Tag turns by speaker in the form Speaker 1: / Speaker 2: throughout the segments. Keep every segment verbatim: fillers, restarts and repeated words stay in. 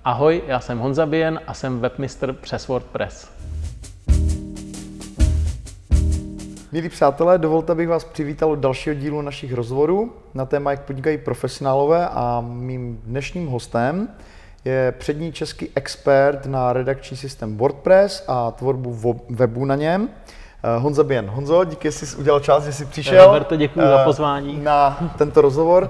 Speaker 1: Ahoj, já jsem Honza Bien a jsem webmistr přes WordPress.
Speaker 2: Milí přátelé, dovolte, abych vás přivítal u dalšího dílu našich rozhovorů na téma, jak podnikají profesionálové, a mým dnešním hostem je přední český expert na redakční systém WordPress a tvorbu webu na něm, Honza Bien. Honzo, díky, že jsi udělal čas, že jsi přišel.
Speaker 1: Roberte, děkuji za pozvání.
Speaker 2: Na tento rozhovor.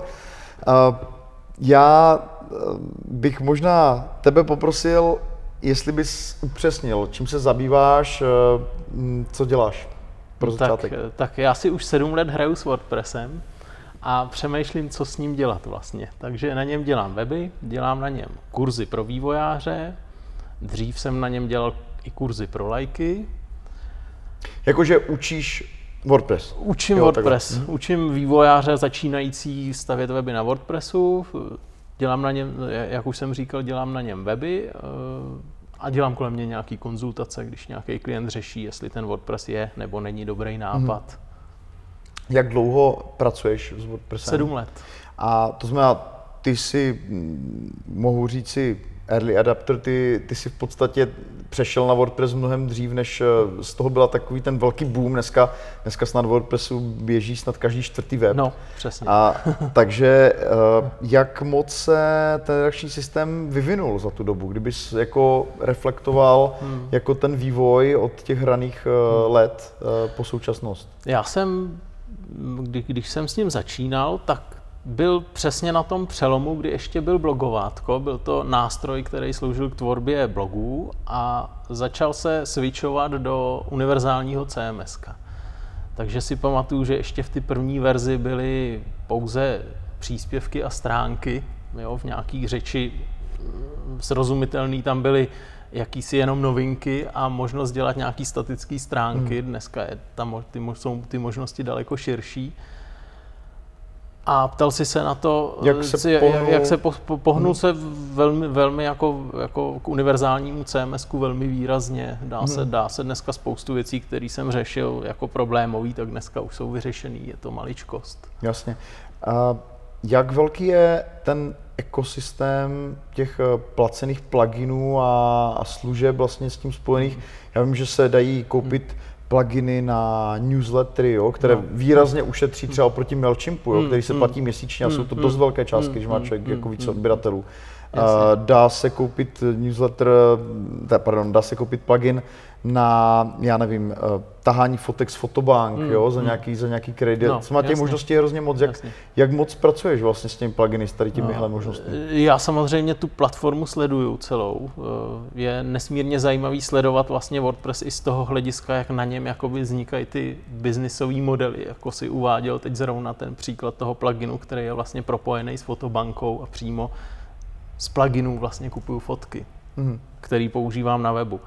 Speaker 2: Já bych možná tebe poprosil, jestli bys upřesnil, čím se zabýváš, co děláš pro začátek.
Speaker 1: Tak, tak já si už sedm let hraju s WordPressem a přemýšlím, co s ním dělat vlastně. Takže na něm dělám weby, dělám na něm kurzy pro vývojáře, dřív jsem na něm dělal i kurzy pro lajky.
Speaker 2: Jakože učíš WordPress?
Speaker 1: Učím jo, WordPress, takhle. Učím vývojáře začínající stavět weby na WordPressu, dělám na něm, jak už jsem říkal, dělám na něm weby a dělám kolem mě nějaký konzultace, když nějaký klient řeší, jestli ten WordPress je nebo není dobrý nápad. Hmm.
Speaker 2: Jak dlouho pracuješ s WordPressem?
Speaker 1: Sedm let.
Speaker 2: A to znamená, ty si, mohu říci, early adapter, ty, ty si v podstatě přešel na WordPress mnohem dřív, než z toho byla takový ten velký boom. Dneska, dneska snad WordPressu běží snad každý čtvrtý web.
Speaker 1: No, přesně.
Speaker 2: A, takže jak moc se ten redakční systém vyvinul za tu dobu, kdybys jako reflektoval hmm. jako ten vývoj od těch raných hmm. let po současnost?
Speaker 1: Já jsem, kdy, když jsem s ním začínal, tak byl přesně na tom přelomu, kdy ještě byl blogovátko. Byl to nástroj, který sloužil k tvorbě blogů a začal se switchovat do univerzálního C M S ka. Takže si pamatuju, že ještě v té první verzi byly pouze příspěvky a stránky, jo, v nějaký řeči srozumitelný tam byly jakýsi jenom novinky a možnost dělat nějaký statické stránky. Hmm. Dneska je tam, ty, jsou ty možnosti daleko širší. A ptal si se na to,
Speaker 2: jak se pohnul,
Speaker 1: jak se po, po, pohnul hmm. se velmi, velmi jako, jako k univerzálnímu C M S ku velmi výrazně. Dá, hmm. se, dá se dneska spoustu věcí, které jsem řešil jako problémový, tak dneska už jsou vyřešený, je to maličkost.
Speaker 2: Jasně. A jak velký je ten ekosystém těch placených pluginů a, a služeb vlastně s tím spojených? Hmm. Já vím, že se dají koupit hmm. pluginy na newslettery, jo, které no. výrazně ušetří třeba oproti Mailchimpu, jo, který se platí měsíčně a jsou to dost velké částky, když má člověk jako více odběratelů. Dá se koupit newsletter, pardon, dá se koupit plugin na, já nevím, tahání fotek z Fotobank, mm, jo, za mm. nějaký, za nějaký kredit. No, má těch možností je hrozně moc. Jak, jak moc pracuješ vlastně s těmi pluginy, s tady těmihle no, možnostmi?
Speaker 1: Já samozřejmě tu platformu sleduju celou. Je nesmírně zajímavý sledovat vlastně WordPress i z toho hlediska, jak na něm jakoby vznikají ty biznisové modely, jako si uváděl teď zrovna ten příklad toho pluginu, který je vlastně propojený s Fotobankou a přímo z pluginů vlastně kupuju fotky, mm. který používám na webu.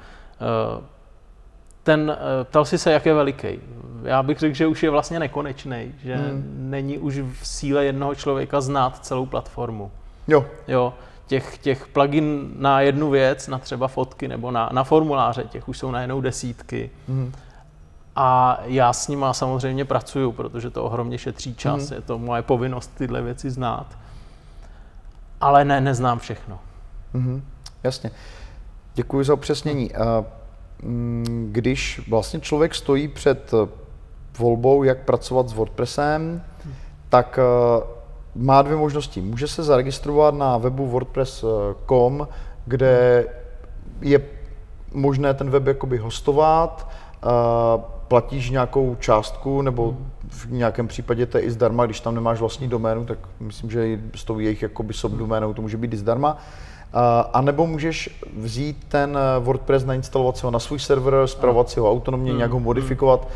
Speaker 1: Ten, ptal si se, jak je veliký. Já bych řekl, že už je vlastně nekonečný, že hmm. není už v síle jednoho člověka znát celou platformu.
Speaker 2: Jo.
Speaker 1: Jo. Těch, těch plugin na jednu věc, na třeba fotky nebo na, na formuláře, těch už jsou najednou desítky. Hmm. A já s nima samozřejmě pracuju, protože to ohromně šetří čas, hmm. je to moje povinnost tyhle věci znát. Ale ne, neznám všechno.
Speaker 2: Hmm. Jasně. Děkuji za upřesnění. Hmm. Když vlastně člověk stojí před volbou, jak pracovat s WordPressem, tak má dvě možnosti. Může se zaregistrovat na webu wordpress tečka com, kde je možné ten web jakoby hostovat, platíš nějakou částku, nebo v nějakém případě to je i zdarma, když tam nemáš vlastní doménu, tak myslím, že s tou jejich jakoby subdoménou to může být i zdarma. A nebo můžeš vzít ten WordPress, nainstalovat si ho na svůj server, spravovat si ho autonomně, nějak ho modifikovat.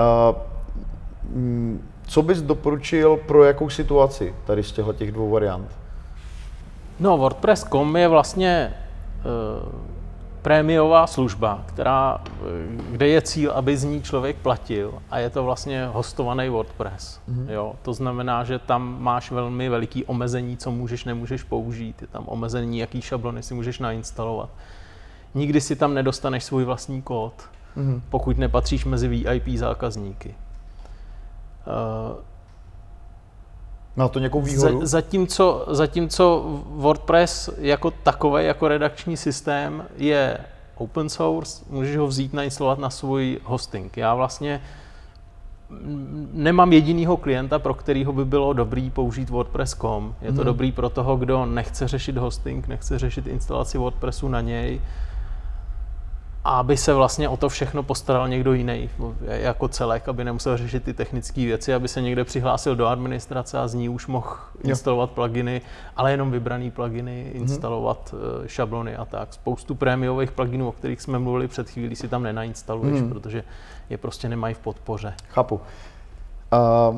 Speaker 2: Co bys doporučil pro jakou situaci tady z těchto těch dvou variant?
Speaker 1: No, wordpress tečka com je vlastně uh, prémiová služba, která, kde je cíl, aby z ní člověk platil, a je to vlastně hostovaný WordPress. Mm-hmm. Jo, to znamená, že tam máš velmi veliký omezení, co můžeš, nemůžeš použít. Je tam omezení, jaký šablony si můžeš nainstalovat. Nikdy si tam nedostaneš svůj vlastní kód, mm-hmm. pokud nepatříš mezi V I P zákazníky. Uh,
Speaker 2: Má to nějakou výhodu?
Speaker 1: Za, zatímco, zatímco WordPress jako takový, jako redakční systém je open source, můžeš ho vzít, nainstalovat na svůj hosting. Já vlastně nemám jedinýho klienta, pro kterýho by bylo dobrý použít WordPress tečka com. Je to hmm. dobrý pro toho, kdo nechce řešit hosting, nechce řešit instalaci WordPressu na něj, aby se vlastně o to všechno postaral někdo jiný jako celek, aby nemusel řešit ty technické věci, aby se někde přihlásil do administrace a z ní už mohl instalovat pluginy, ale jenom vybraný pluginy, instalovat mm. šablony a tak. Spoustu prémiových pluginů, o kterých jsme mluvili před chvílí, si tam nenainstaluješ, mm. protože je prostě nemají v podpoře.
Speaker 2: Chápu. Uh...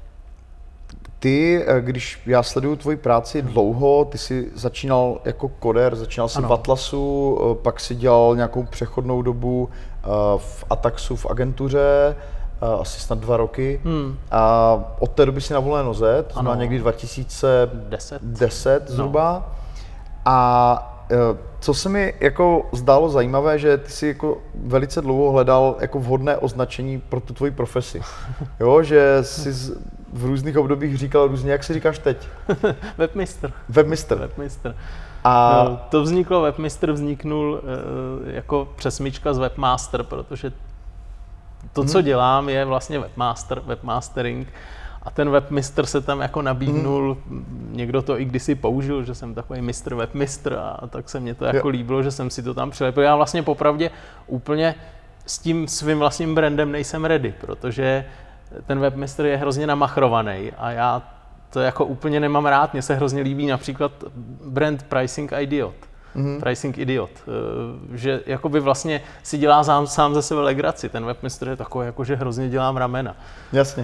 Speaker 2: Ty, když já sleduju tvoji práci dlouho, ty jsi začínal jako koder, začínal jsi ano. v Atlasu, pak si dělal nějakou přechodnou dobu v Ataxu v agentuře, asi snad dva roky. Hmm. A od té doby si na volné noze, to znamená někdy dva tisíce deset zhruba. No. A co se mi jako zdálo zajímavé, že ty jsi jako velice dlouho hledal jako vhodné označení pro tu tvoji profesi. Jo, že jsi v různých obdobích říkal různě, jak si říkáš teď?
Speaker 1: Webmistr.
Speaker 2: Webmistr.
Speaker 1: Webmistr. A no, to vzniklo, Webmistr vzniknul uh, jako přesmička z Webmaster, protože to, co hmm. dělám, je vlastně Webmaster, Webmastering. A ten Webmistr se tam jako nabídnul, hmm. někdo to i kdysi použil, že jsem takový mistr Webmistr a tak se mně to jako jo. líbilo, že jsem si to tam přilepil. Já vlastně popravdě úplně s tím svým vlastním brandem nejsem ready, protože ten Webmistr je hrozně namachrovaný a já to jako úplně nemám rád. Mně se hrozně líbí například brand Pricing Idiot. Mm-hmm. Pricing Idiot. Že jakoby vlastně si dělá sám, sám ze sebe legraci. Ten Webmistr je takový, jako že hrozně dělám ramena.
Speaker 2: Jasně.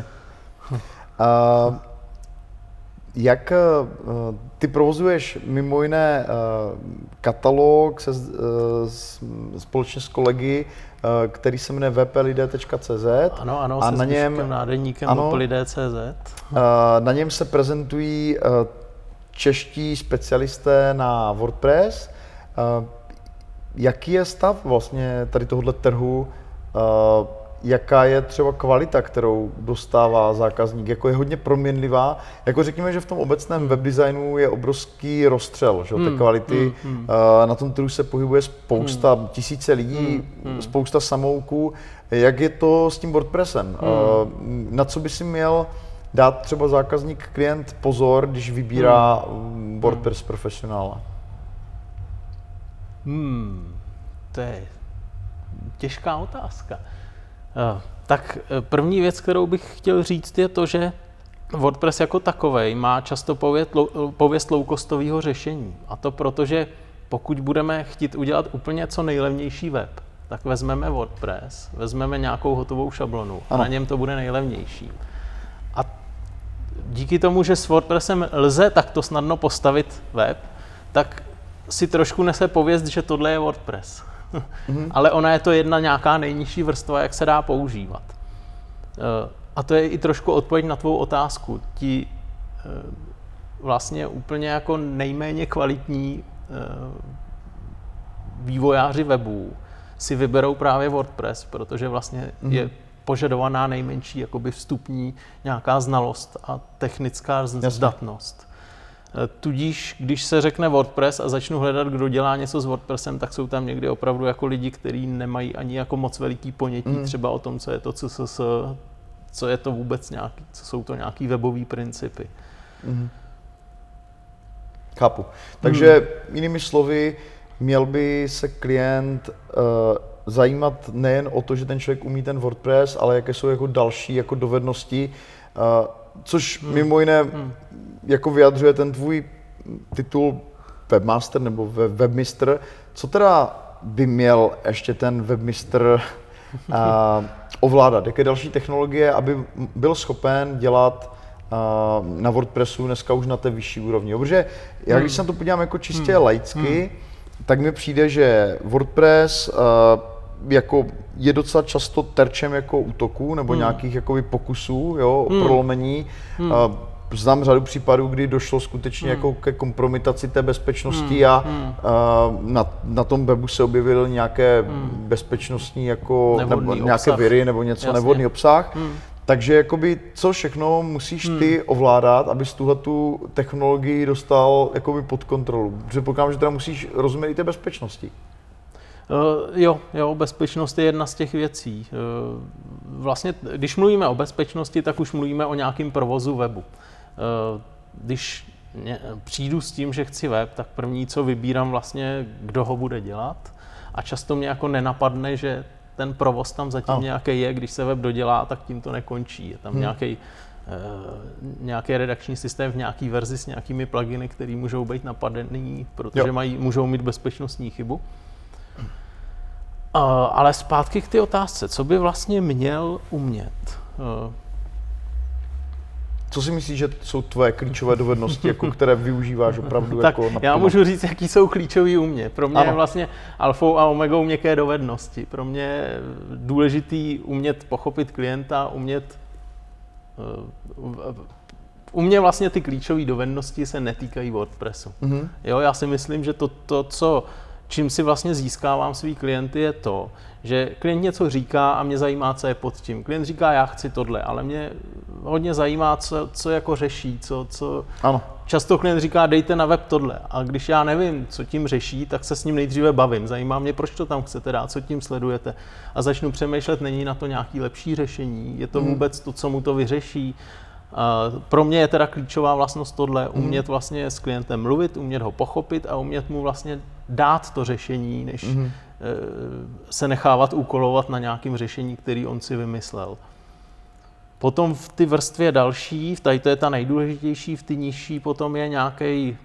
Speaker 2: Uh, jak uh, ty provozuješ mimo jiné uh, katalog se, uh, s, společně s kolegy, uh, který se jmenuje w p lidé tečka c z.
Speaker 1: Ano, ano,
Speaker 2: a
Speaker 1: se
Speaker 2: na něm
Speaker 1: nádeníkem w p lidé tečka c z.
Speaker 2: Uh, na něm se prezentují uh, čeští specialisté na WordPress. Uh, jaký je stav vlastně tady tohoto trhu? Uh, Jaká je třeba kvalita, kterou dostává zákazník? Jako je hodně proměnlivá. Jako řekněme, že v tom obecném webdesignu je obrovský rozstřel, že, hmm, té kvality. Hmm, hmm. Na tom trhu se pohybuje spousta, hmm. tisíce lidí, hmm, spousta samouků. Jak je to s tím WordPressem? Hmm. Na co by si měl dát třeba zákazník, klient pozor, když vybírá hmm. WordPress hmm. profesionála?
Speaker 1: Hmm. To je těžká otázka. Tak první věc, kterou bych chtěl říct, je to, že WordPress jako takovej má často pověst, pověst low-costového řešení. A to proto, že pokud budeme chtít udělat úplně co nejlevnější web, tak vezmeme WordPress, vezmeme nějakou hotovou šablonu a na něm to bude nejlevnější. A díky tomu, že s WordPressem lze takto snadno postavit web, tak si trošku nese pověst, že tohle je WordPress. Mm-hmm. Ale ona je to jedna nějaká nejnižší vrstva, jak se dá používat. A to je i trošku odpověď na tvou otázku. Ti vlastně úplně jako nejméně kvalitní vývojáři webů si vyberou právě WordPress, protože vlastně mm-hmm. je požadovaná nejmenší jakoby vstupní nějaká znalost a technická zdatnost. Tudíž, když se řekne WordPress a začnu hledat, kdo dělá něco s WordPressem, tak jsou tam někdy opravdu jako lidi, kteří nemají ani jako moc veliký ponětí mm. třeba o tom, co je to C S S, co je to vůbec nějaký, co jsou to nějaký webový principy.
Speaker 2: Mm. Chápu. Takže mm. jinými slovy, měl by se klient uh, zajímat nejen o to, že ten člověk umí ten WordPress, ale jaké jsou jako další jako dovednosti, uh, což hmm. mimo jiné hmm. jako vyjadřuje ten tvůj titul Webmaster nebo Webmistr. Co teda by měl ještě ten Webmistr uh, ovládat? Jaké další technologie, aby byl schopen dělat uh, na WordPressu dneska už na té vyšší úrovni? Protože já hmm. když se na to podívám jako čistě hmm. laicky, hmm. tak mi přijde, že WordPress uh, jako je docela často terčem jako útoků nebo hmm. nějakých jakoby pokusů, jo, hmm. prolomení. Hmm. Uh, znám řadu případů, kdy došlo skutečně hmm. jako ke kompromitaci té bezpečnosti hmm. a uh, na, na tom webu se objevily nějaké hmm. bezpečnostní jako nebo nějaké viry nebo něco, Jasně. nevhodný obsah. Hmm. Takže jakoby, co všechno musíš ty hmm. ovládat, abys tuhletu technologii dostal jakoby pod kontrolu? Předpokládám, že teda musíš rozumět i té bezpečnosti.
Speaker 1: Uh, jo, jo, bezpečnost je jedna z těch věcí. Uh, vlastně, když mluvíme o bezpečnosti, tak už mluvíme o nějakém provozu webu. Uh, když mě, přijdu s tím, že chci web, tak první, co vybírám vlastně, kdo ho bude dělat. A často mě jako nenapadne, že ten provoz tam zatím oh. nějaký je, když se web dodělá, tak tím to nekončí. Je tam hmm. nějaký, uh, nějaký redakční systém v nějaký verzi s nějakými pluginy, které můžou být napadený, protože mají, můžou mít bezpečnostní chybu. Uh, ale zpátky k té otázce, co by vlastně měl umět? Uh,
Speaker 2: Co si myslíš, že jsou tvoje klíčové dovednosti, jako které využíváš opravdu
Speaker 1: tak
Speaker 2: jako naplno?
Speaker 1: Já můžu říct, jaký jsou klíčový u mě. Pro mě
Speaker 2: ano.
Speaker 1: je vlastně alfou a omegou měkké dovednosti. Pro mě je důležitý umět pochopit klienta, umět... Uh, u mě vlastně ty klíčové dovednosti se netýkají WordPressu. Mm-hmm. Jo, já si myslím, že to, to co... Čím si vlastně získávám svý klienty, je to, že klient něco říká a mě zajímá, co je pod tím. Klient říká, já chci tohle, ale mě hodně zajímá, co, co jako řeší, co, co...
Speaker 2: Ano.
Speaker 1: Často klient říká, dejte na web tohle. A když já nevím, co tím řeší, tak se s ním nejdříve bavím. Zajímá mě, proč to tam chcete dát, co tím sledujete. A začnu přemýšlet, není na to nějaký lepší řešení, je to vůbec to, co mu to vyřeší. Uh, pro mě je teda klíčová vlastnost tohle, umět vlastně s klientem mluvit, umět ho pochopit a umět mu vlastně dát to řešení, než mm. uh, se nechávat úkolovat na nějakém řešení, který on si vymyslel. Potom v ty vrstvě další, tady to je ta nejdůležitější, v ty nižší potom je nějaký,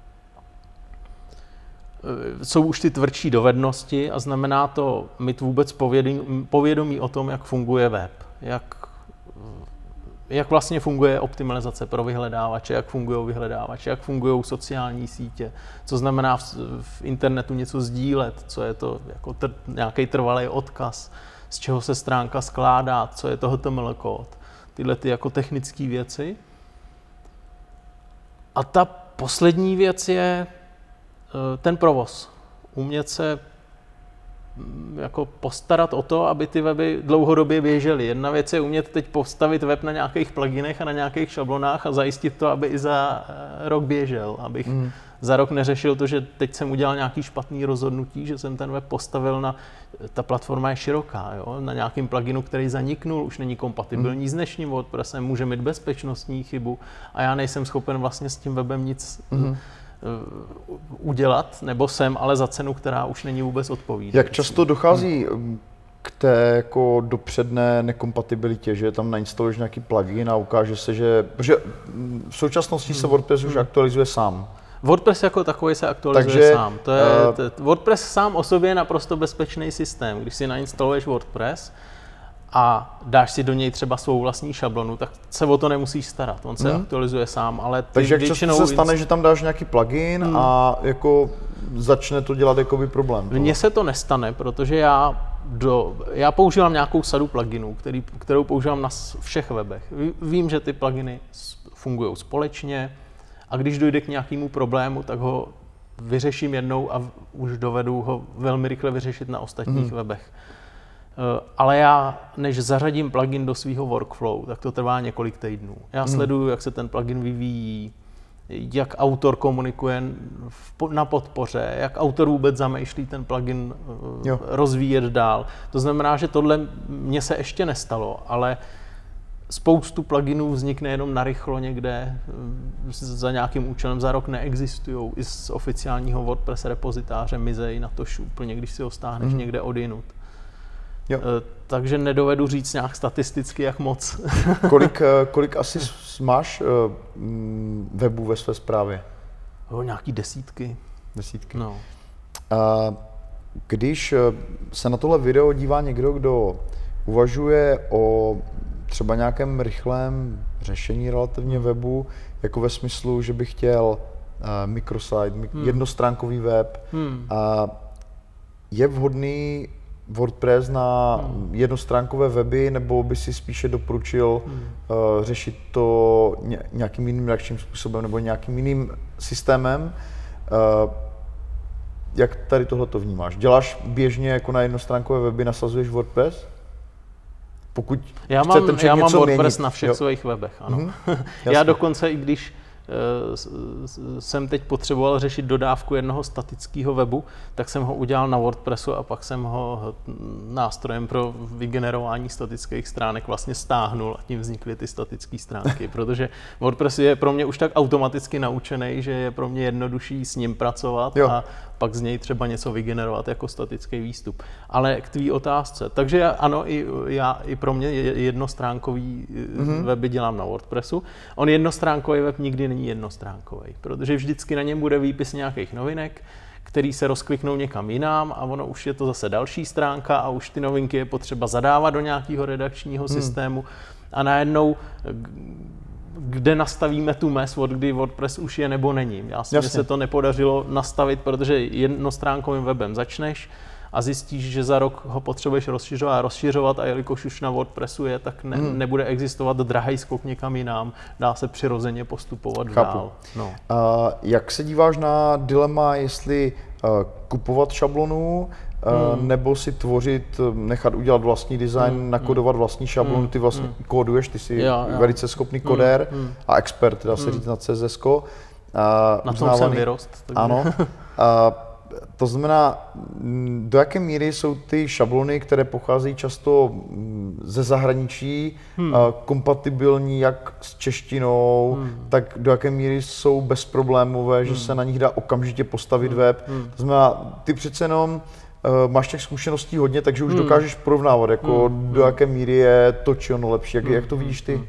Speaker 1: uh, jsou už ty tvrdší dovednosti a znamená to mít vůbec povědomí, povědomí o tom, jak funguje web, jak jak vlastně funguje optimalizace pro vyhledávače, jak fungují vyhledávače, jak fungují sociální sítě, co znamená v, v internetu něco sdílet, co je to jako tr, nějaký trvalý odkaz, z čeho se stránka skládá, co je to H T M L kód, tyhle ty jako technické věci. A ta poslední věc je ten provoz. Umět se jako postarat o to, aby ty weby dlouhodobě běžely. Jedna věc je umět teď postavit web na nějakých pluginech a na nějakých šablonách a zajistit to, aby i za rok běžel. Abych mm. za rok neřešil to, že teď jsem udělal nějaký špatný rozhodnutí, že jsem ten web postavil na, ta platforma je široká, jo? Na nějakým pluginu, který zaniknul, už není kompatibilní mm. s dnešním WordPressem, může mít bezpečnostní chybu a já nejsem schopen vlastně s tím webem nic mm. udělat, nebo jsem, ale za cenu, která už není vůbec odpovídající.
Speaker 2: Jak často dochází k té jako dopředné nekompatibilitě, že tam nainstaluješ nějaký plugin a ukáže se, že, že v současnosti se WordPress už aktualizuje sám.
Speaker 1: WordPress jako takový se aktualizuje Takže, sám. To je, uh, to, WordPress sám o sobě je naprosto bezpečný systém. Když si nainstaluješ WordPress a dáš si do něj třeba svou vlastní šablonu, tak se o to nemusíš starat, on se hmm. aktualizuje sám, ale ty
Speaker 2: Takže jak často se stane, že tam dáš nějaký plugin hmm. a jako začne to dělat jakoby problém?
Speaker 1: Mně se to nestane, protože já, do, já používám nějakou sadu pluginů, který, kterou používám na všech webech. Vím, že ty pluginy fungují společně a když dojde k nějakému problému, tak ho vyřeším jednou a už dovedu ho velmi rychle vyřešit na ostatních hmm. webech. Ale já, než zařadím plugin do svého workflow, tak to trvá několik týdnů. Já hmm. sleduju, jak se ten plugin vyvíjí, jak autor komunikuje na podpoře, jak autor vůbec zamýšlí ten plugin jo. rozvíjet dál. To znamená, že tohle mně se ještě nestalo, ale spoustu pluginů vznikne jenom narychlo někde za nějakým účelem, za rok neexistují. I z oficiálního WordPress repozitáře mizejí na to úplně, když si ho stáhneš hmm. někde odinut. Jo. Takže nedovedu říct nějak statisticky, jak moc.
Speaker 2: kolik, kolik asi máš webů ve své správě?
Speaker 1: Jo, nějaký desítky.
Speaker 2: Desítky.
Speaker 1: No.
Speaker 2: A když se na tohle video dívá někdo, kdo uvažuje o třeba nějakém rychlém řešení relativně webu, jako ve smyslu, že by chtěl microsite, hmm. jednostránkový web, hmm. a je vhodný WordPress na hmm. jednostránkové weby, nebo by si spíše doporučil hmm. uh, řešit to nějakým jiným reakčním způsobem nebo nějakým jiným systémem? Uh, jak tady tohle to vnímáš? Děláš běžně jako na jednostránkové weby, nasazuješ WordPress? pokud
Speaker 1: já
Speaker 2: chce
Speaker 1: mám,
Speaker 2: ten
Speaker 1: já mám WordPress
Speaker 2: měnit.
Speaker 1: na všech
Speaker 2: jo.
Speaker 1: svých webech, ano.
Speaker 2: Mm-hmm.
Speaker 1: Já dokonce, i když jsem teď potřeboval řešit dodávku jednoho statického webu, tak jsem ho udělal na WordPressu a pak jsem ho nástrojem pro vygenerování statických stránek vlastně stáhnul a tím vznikly ty statické stránky, protože WordPress je pro mě už tak automaticky naučený, že je pro mě jednodušší s ním pracovat jo. a pak z něj třeba něco vygenerovat jako statický výstup. Ale k tvý otázce. Takže já, ano, i, já, i pro mě jednostránkový mm-hmm. weby dělám na WordPressu. On jednostránkový web nikdy není jednostránkový, protože vždycky na něm bude výpis nějakých novinek, který se rozkliknou někam jinam a ono už je to zase další stránka a už ty novinky je potřeba zadávat do nějakého redakčního hmm. systému a najednou kde nastavíme tu mez, od kdy WordPress už je nebo není. Já si se to nepodařilo nastavit, protože jednostránkovým webem začneš a zjistíš, že za rok ho potřebuješ rozšiřovat a rozšiřovat a jelikož už na WordPressu je, tak ne, hmm. nebude existovat drahý skok někam jinam, dá se přirozeně postupovat
Speaker 2: Chápu.
Speaker 1: dál. No.
Speaker 2: Uh, jak se díváš na dilema, jestli uh, kupovat šablonu, uh, hmm. nebo si tvořit, nechat udělat vlastní design, hmm. nakodovat vlastní šablonu, ty vlastně hmm. kóduješ, ty jsi jo, jo. velice schopný kodér hmm. a expert, dá se hmm. říct na C S S ko. Uh,
Speaker 1: na tom jsem vyrost.
Speaker 2: Takže... Ano. Uh, To znamená, do jaké míry jsou ty šablony, které pocházejí často ze zahraničí, hmm. kompatibilní jak s češtinou, hmm. tak do jaké míry jsou bezproblémové, že hmm. se na nich dá okamžitě postavit hmm. web. Hmm. To znamená, ty přece jenom uh, máš těch zkušeností hodně, takže už hmm. dokážeš porovnávat, jako hmm. do jaké míry je to či ono lepší. Jak, hmm. jak to vidíš ty? Hmm.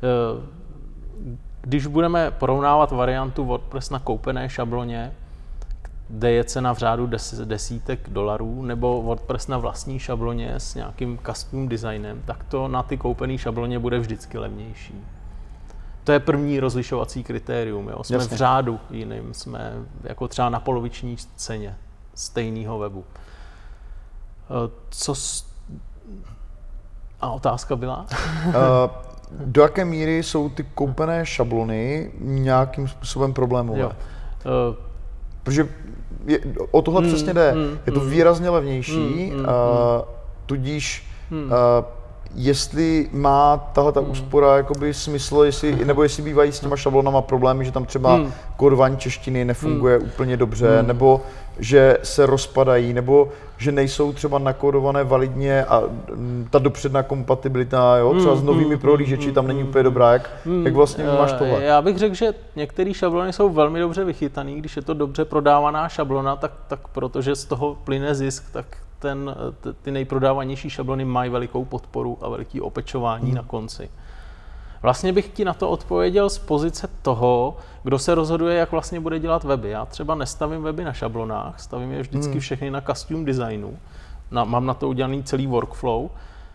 Speaker 1: Když budeme porovnávat variantu WordPress na koupené šabloně, kde je cena v řádu des, desítek dolarů, nebo WordPress na vlastní šabloně s nějakým custom designem, tak to na ty koupené šabloně bude vždycky levnější. To je první rozlišovací kritérium. Jo. Jsme Jasně. v řádu jiným, jsme jako třeba na poloviční ceně stejného webu. Co s... A otázka byla?
Speaker 2: Uh, do jaké míry jsou ty koupené šablony nějakým způsobem problémové? Jo. Uh, Protože je, o tohle mm, přesně jde. Mm, je to výrazně levnější, mm, mm, uh, tudíž mm. uh, jestli má tahle ta mm. úspora jakoby smysl, jestli, nebo jestli bývají s těma šablonama problémy, že tam třeba mm. kódování češtiny nefunguje mm. úplně dobře, mm. nebo že se rozpadají, nebo že nejsou třeba nakódované validně a ta dopředná kompatibilita, jo, třeba s novými mm, prohlížeči tam není úplně dobrá. Jak, mm, jak vlastně máš tohle?
Speaker 1: Já bych řekl, že některé šablony jsou velmi dobře vychytané, když je to dobře prodávaná šablona, tak, tak protože z toho plyne zisk, tak ten, ty nejprodávanější šablony mají velikou podporu a veliký opečování mm. na konci. Vlastně bych ti na to odpověděl z pozice toho, kdo se rozhoduje, jak vlastně bude dělat weby. Já třeba nestavím weby na šablonách, stavím je vždycky hmm. všechny na custom designu. Na, mám na to udělaný celý workflow.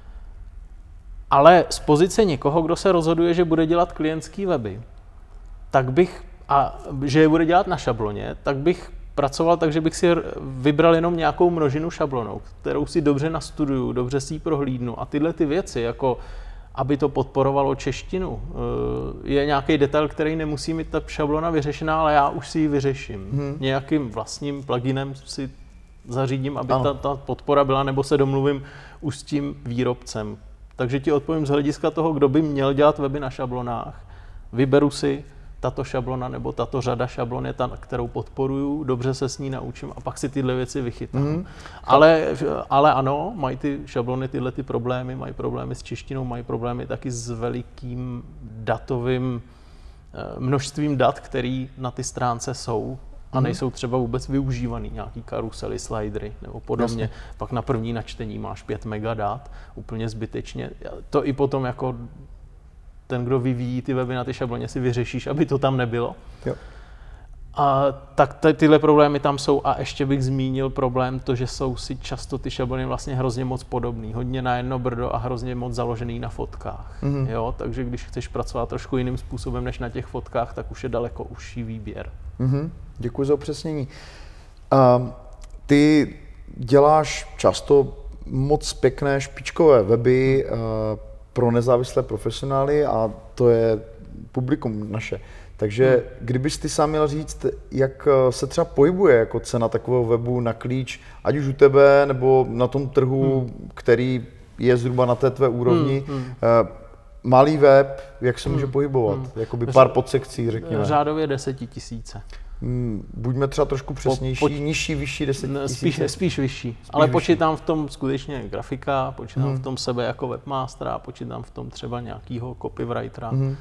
Speaker 1: Ale z pozice někoho, kdo se rozhoduje, že bude dělat klientský weby, tak bych, a že je bude dělat na šabloně, tak bych pracoval tak, že bych si vybral jenom nějakou množinu šablonou, kterou si dobře nastuduju, dobře si ji prohlídnu a tyhle ty věci, jako aby to podporovalo češtinu. Je nějaký detail, který nemusí mít ta šablona vyřešená, ale já už si ji vyřeším. Hmm. Nějakým vlastním pluginem si zařídím, aby ta, ta podpora byla, nebo se domluvím už s tím výrobcem. Takže ti odpovím z hlediska toho, kdo by měl dělat weby na šablonách. Vyberu si tato šablona nebo tato řada šablon je ta, kterou podporuju, dobře se s ní naučím a pak si tyhle věci vychytám. Mm. Ale, ale ano, mají ty šablony tyhle ty problémy, mají problémy s češtinou, mají problémy taky s velikým datovým množstvím dat, který na ty stránce jsou a nejsou třeba vůbec využívaný, nějaký karusely, slidery nebo podobně. Jasně. Pak na první načtení máš pět mega dat, úplně zbytečně. To i potom jako ten, kdo vyvíjí ty weby na ty šabloně, si vyřešíš, aby to tam nebylo. Jo. A tak ty, tyhle problémy tam jsou a ještě bych zmínil problém to, že jsou si často ty šablony vlastně hrozně moc podobný, hodně na jedno brdo a hrozně moc založený na fotkách. Mm-hmm. Jo, takže když chceš pracovat trošku jiným způsobem než na těch fotkách, tak už je daleko užší výběr.
Speaker 2: Mm-hmm. Děkuji za upřesnění. Uh, ty děláš často moc pěkné špičkové weby uh, pro nezávislé profesionály a to je publikum naše. Takže hmm. kdybys ty sám měl říct, jak se třeba pohybuje jako cena takového webu na klíč, ať už u tebe nebo na tom trhu, hmm. který je zhruba na té tvé úrovni.
Speaker 1: Hmm, hmm.
Speaker 2: Malý web, jak se může
Speaker 1: Hmm,
Speaker 2: pohybovat?
Speaker 1: hmm.
Speaker 2: Jakoby pár podsekcí, řekněme.
Speaker 1: Řádově desetitisíce.
Speaker 2: Buďme třeba trošku přesnější, po, po, nižší, vyšší desetitisíce?
Speaker 1: Spíš, spíš vyšší, spíš ale vyšší. Počítám v tom skutečně grafika, počítám hmm. v tom sebe jako webmastera, počítám v tom třeba nějakýho copywritera. Hmm.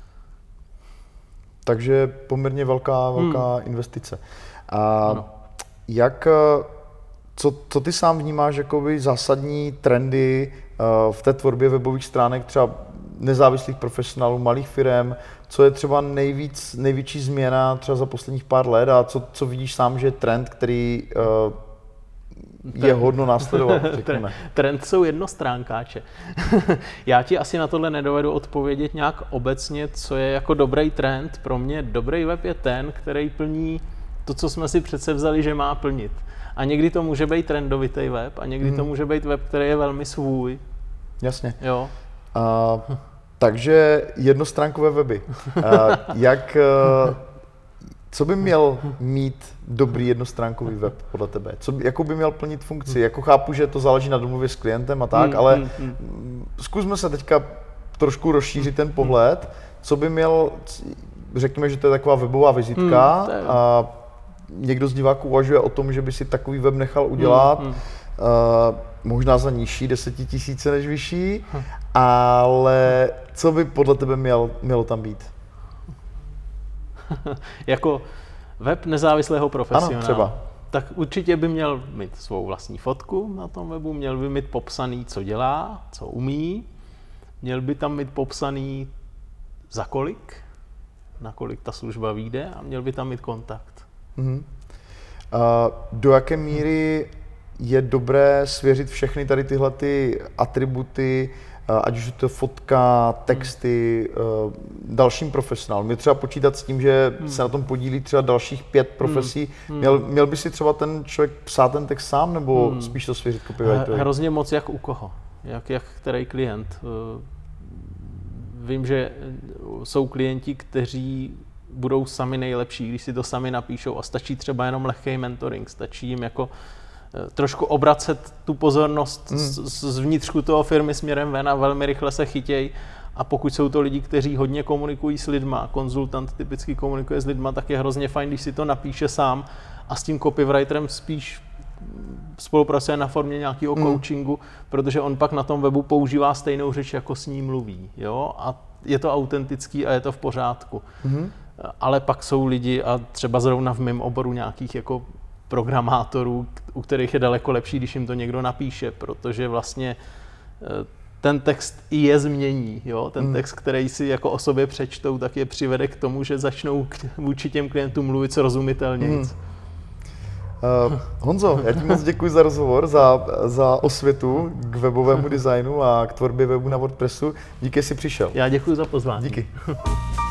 Speaker 2: Takže poměrně velká, velká hmm. investice. A ano. jak, co, co ty sám vnímáš jakoby zásadní trendy uh, v té tvorbě webových stránek třeba nezávislých profesionálů, malých firem, co je třeba nejvíc, největší změna třeba za posledních pár let a co, co vidíš sám, že je trend, který uh, je hodno následovat, řekněme.
Speaker 1: Trend jsou jednostránkáče. Já ti asi na tohle nedovedu odpovědět nějak obecně, co je jako dobrý trend. Pro mě dobrý web je ten, který plní to, co jsme si přece vzali, že má plnit. A někdy to může být trendovitý web a někdy hmm. to může být web, který je velmi svůj.
Speaker 2: Jasně.
Speaker 1: Jo.
Speaker 2: Uh, takže jednostránkové weby. Uh, jak, uh, co by měl mít dobrý jednostránkový web podle tebe? Co, jakou by měl plnit funkci? Jako chápu, že to záleží na domluvě s klientem a tak, ale zkusme se teďka trošku rozšířit ten pohled. Co by měl, řekněme, že to je taková webová vizitka hmm, a někdo z diváků uvažuje o tom, že by si takový web nechal udělat. Hmm, hmm. Uh, možná za nižší desetitisíce než vyšší, hm. ale co by podle tebe měl, mělo tam být?
Speaker 1: Jako web nezávislého profesionála.
Speaker 2: Ano, třeba.
Speaker 1: Tak určitě by měl mít svou vlastní fotku na tom webu, měl by mít popsaný, co dělá, co umí, měl by tam mít popsaný za kolik, na kolik ta služba vyjde a měl by tam mít kontakt.
Speaker 2: Uh-huh. Uh, do jaké míry je dobré svěřit všechny tady tyhle ty atributy, ať už je to fotka, texty, hmm. dalším profesionálům. Je třeba počítat s tím, že hmm. se na tom podílí třeba dalších pět profesí. Hmm. Měl, měl by si třeba ten člověk psát ten text sám, nebo hmm. spíš to svěřit copywriterovi?
Speaker 1: Hrozně moc jak u koho, jak, jak který klient. Vím, že jsou klienti, kteří budou sami nejlepší, když si to sami napíšou a stačí třeba jenom lehký mentoring, stačí jim jako trošku obracet tu pozornost hmm. z, z vnitřku toho firmy směrem ven a velmi rychle se chytěj. A pokud jsou to lidi, kteří hodně komunikují s lidma, konzultant typicky komunikuje s lidma, tak je hrozně fajn, když si to napíše sám a s tím copywriterem spíš spolupracuje na formě nějakého hmm. coachingu, protože on pak na tom webu používá stejnou řeč, jako s ní mluví. Jo? A je to autentický a je to v pořádku. Hmm. Ale pak jsou lidi, a třeba zrovna v mém oboru nějakých jako programátorů, u kterých je daleko lepší, když jim to někdo napíše, protože vlastně ten text i je změní. Jo? Ten text, který si jako o sobě přečtou, tak je přivede k tomu, že začnou vůči těm klientům mluvit srozumitelně. Hmm.
Speaker 2: Uh, Honzo, já ti moc děkuji za rozhovor, za, za osvětu k webovému designu a k tvorbě webu na WordPressu. Díky, že jsi přišel.
Speaker 1: Já děkuji za pozvání.
Speaker 2: Díky.